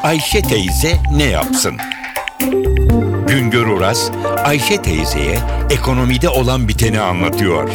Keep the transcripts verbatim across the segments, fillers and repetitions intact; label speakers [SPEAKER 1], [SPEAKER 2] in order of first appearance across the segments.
[SPEAKER 1] Ayşe teyze ne yapsın? Güngör Oras, Ayşe teyzeye ekonomide olan biteni anlatıyor.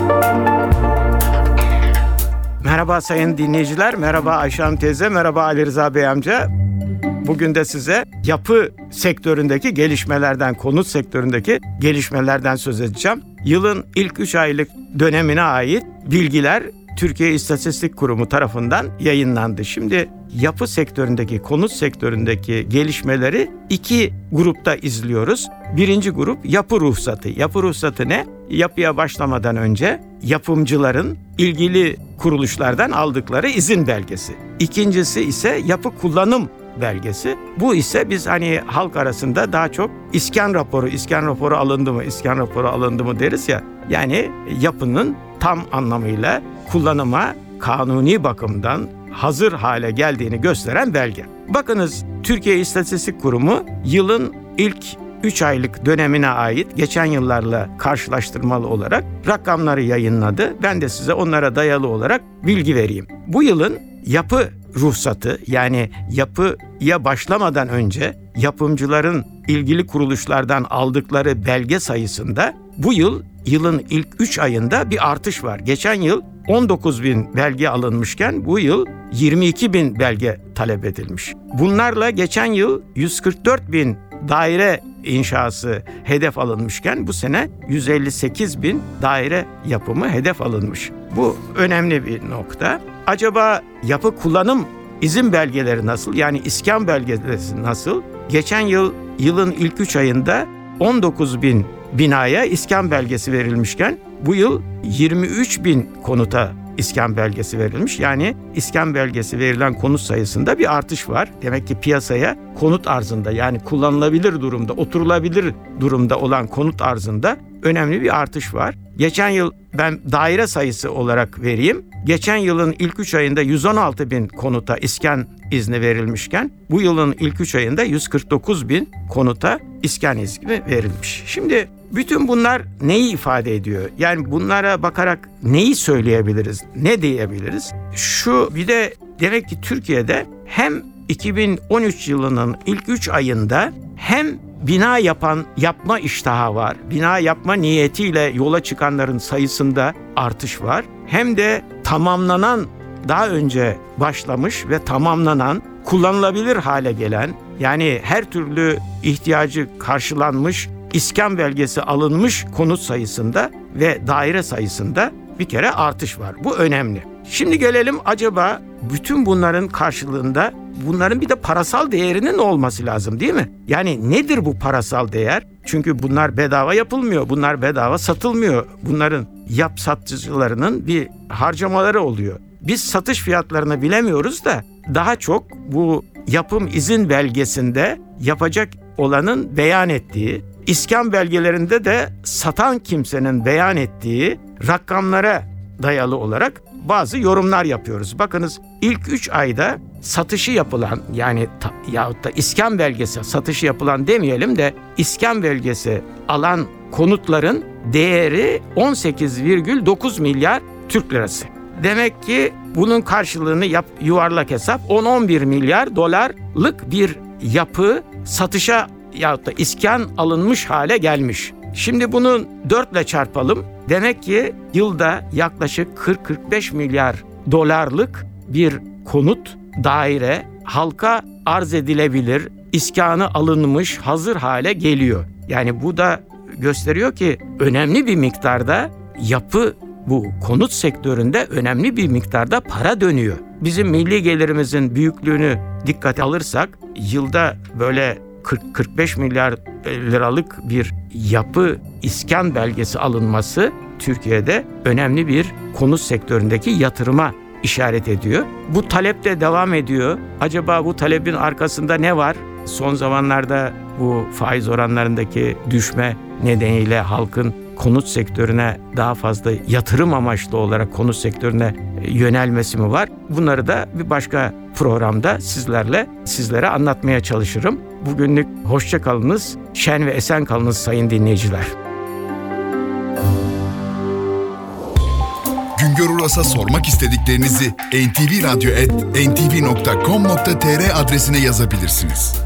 [SPEAKER 2] Merhaba sayın dinleyiciler, merhaba Ayşe Hanım teyze, merhaba Ali Rıza Bey amca. Bugün de size yapı sektöründeki gelişmelerden, konut sektöründeki gelişmelerden söz edeceğim. Yılın ilk üç aylık dönemine ait bilgiler Türkiye İstatistik Kurumu tarafından yayınlandı. Şimdi yapı sektöründeki, konut sektöründeki gelişmeleri iki grupta izliyoruz. Birinci grup yapı ruhsatı. Yapı ruhsatı ne? Yapıya başlamadan önce yapımcıların ilgili kuruluşlardan aldıkları izin belgesi. İkincisi ise yapı kullanım belgesi. Bu ise biz hani halk arasında daha çok iskan raporu, iskan raporu alındı mı, iskan raporu alındı mı deriz ya. Yani yapının tam anlamıyla kullanıma kanuni bakımdan hazır hale geldiğini gösteren belge. Bakınız, Türkiye İstatistik Kurumu yılın ilk üç aylık dönemine ait geçen yıllarla karşılaştırmalı olarak rakamları yayınladı. Ben de size onlara dayalı olarak bilgi vereyim. Bu yılın yapı ruhsatı, yani yapıya başlamadan önce yapımcıların ilgili kuruluşlardan aldıkları belge sayısında bu yıl yılın ilk üç ayında bir artış var. Geçen yıl on dokuz bin belge alınmışken bu yıl yirmi iki bin belge talep edilmiş. Bunlarla geçen yıl yüz kırk dört bin daire inşası hedef alınmışken bu sene yüz elli sekiz bin daire yapımı hedef alınmış. Bu önemli bir nokta. Acaba yapı kullanım izin belgeleri nasıl? Yani iskan belgeleri nasıl? Geçen yıl yılın ilk üç ayında on dokuz bin binaya iskan belgesi verilmişken bu yıl yirmi üç bin konuta iskan belgesi verilmiş. Yani iskan belgesi verilen konut sayısında bir artış var. Demek ki piyasaya konut arzında, yani kullanılabilir durumda, oturulabilir durumda olan konut arzında önemli bir artış var. Geçen yıl ben daire sayısı olarak vereyim. Geçen yılın ilk üç ayında yüz on altı bin konuta iskan izni verilmişken bu yılın ilk üç ayında yüz kırk dokuz bin konuta iskan izni verilmiş. Şimdi bütün bunlar neyi ifade ediyor? Yani bunlara bakarak neyi söyleyebiliriz? Ne diyebiliriz? Şu bir de demek ki Türkiye'de hem iki bin on üç yılının ilk üç ayında hem bina yapan, yapma iştahı var. Bina yapma niyetiyle yola çıkanların sayısında artış var. Hem de tamamlanan, daha önce başlamış ve tamamlanan, kullanılabilir hale gelen, yani her türlü ihtiyacı karşılanmış, iskan belgesi alınmış konut sayısında ve daire sayısında bir kere artış var. Bu önemli. Şimdi gelelim, acaba bütün bunların karşılığında bunların bir de parasal değerinin olması lazım, değil mi? Yani nedir bu parasal değer? Çünkü bunlar bedava yapılmıyor. Bunlar bedava satılmıyor. Bunların yap satıcılarının bir harcamaları oluyor. Biz satış fiyatlarını bilemiyoruz da daha çok bu yapım izin belgesinde yapacak olanın beyan ettiği, iskan belgelerinde de satan kimsenin beyan ettiği rakamlara dayalı olarak bazı yorumlar yapıyoruz. Bakınız, ilk üç ayda satışı yapılan, yani ta, yahut da iskan belgesi satışı yapılan demeyelim de iskan belgesi alan konutların değeri on sekiz virgül dokuz milyar Türk lirası. Demek ki bunun karşılığını yap, yuvarlak hesap on on bir milyar dolarlık bir yapı satışa yahut da iskan alınmış hale gelmiş. Şimdi bunu dörtle çarpalım. Demek ki yılda yaklaşık kırk kırk beş milyar dolarlık bir konut, daire halka arz edilebilir, iskanı alınmış, hazır hale geliyor. Yani bu da gösteriyor ki önemli bir miktarda yapı, bu konut sektöründe önemli bir miktarda para dönüyor. Bizim milli gelirimizin büyüklüğünü dikkate alırsak yılda böyle kırk kırk beş milyar liralık bir yapı iskan belgesi alınması Türkiye'de önemli bir konut sektöründeki yatırıma işaret ediyor. Bu talep de devam ediyor. Acaba bu talebin arkasında ne var? Son zamanlarda bu faiz oranlarındaki düşme nedeniyle halkın konut sektörüne daha fazla yatırım amaçlı olarak konut sektörüne yönelmesi mi var? Bunları da bir başka programda sizlerle sizlere anlatmaya çalışırım. Bugünlük hoşça kalınız, şen ve esen kalınız sayın dinleyiciler.
[SPEAKER 3] Güngör Uras'a sormak istediklerinizi en ti vi radyo et en ti vi nokta com nokta tr adresine yazabilirsiniz.